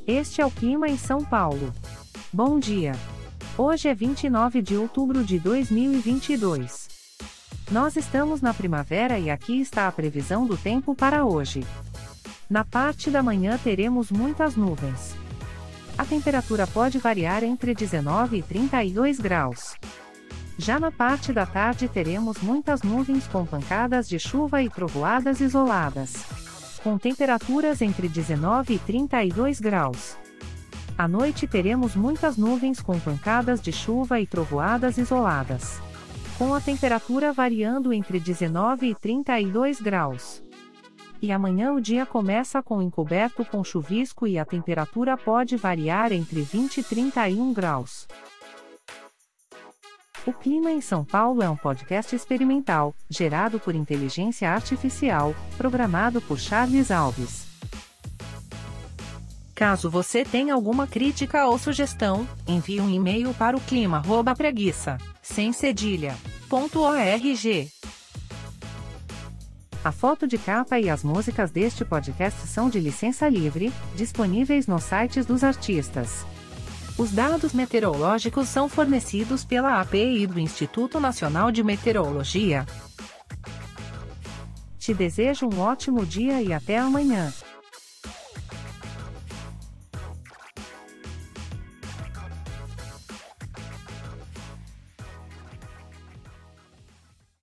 Este é o clima em São Paulo. Bom dia! Hoje é 29 de outubro de 2022. Nós estamos na primavera e aqui está a previsão do tempo para hoje. Na parte da manhã teremos muitas nuvens. A temperatura pode variar entre 19 e 32 graus. Já na parte da tarde teremos muitas nuvens com pancadas de chuva e trovoadas isoladas, com temperaturas entre 19 e 32 graus. À noite teremos muitas nuvens com pancadas de chuva e trovoadas isoladas, com a temperatura variando entre 19 e 32 graus. E amanhã o dia começa com encoberto com chuvisco e a temperatura pode variar entre 20 e 31 graus. O Clima em São Paulo é um podcast experimental, gerado por inteligência artificial, programado por Charles Alves. Caso você tenha alguma crítica ou sugestão, envie um e-mail para o clima@preguiça.org. A foto de capa e as músicas deste podcast são de licença livre, disponíveis nos sites dos artistas. Os dados meteorológicos são fornecidos pela API do Instituto Nacional de Meteorologia. Te desejo um ótimo dia e até amanhã.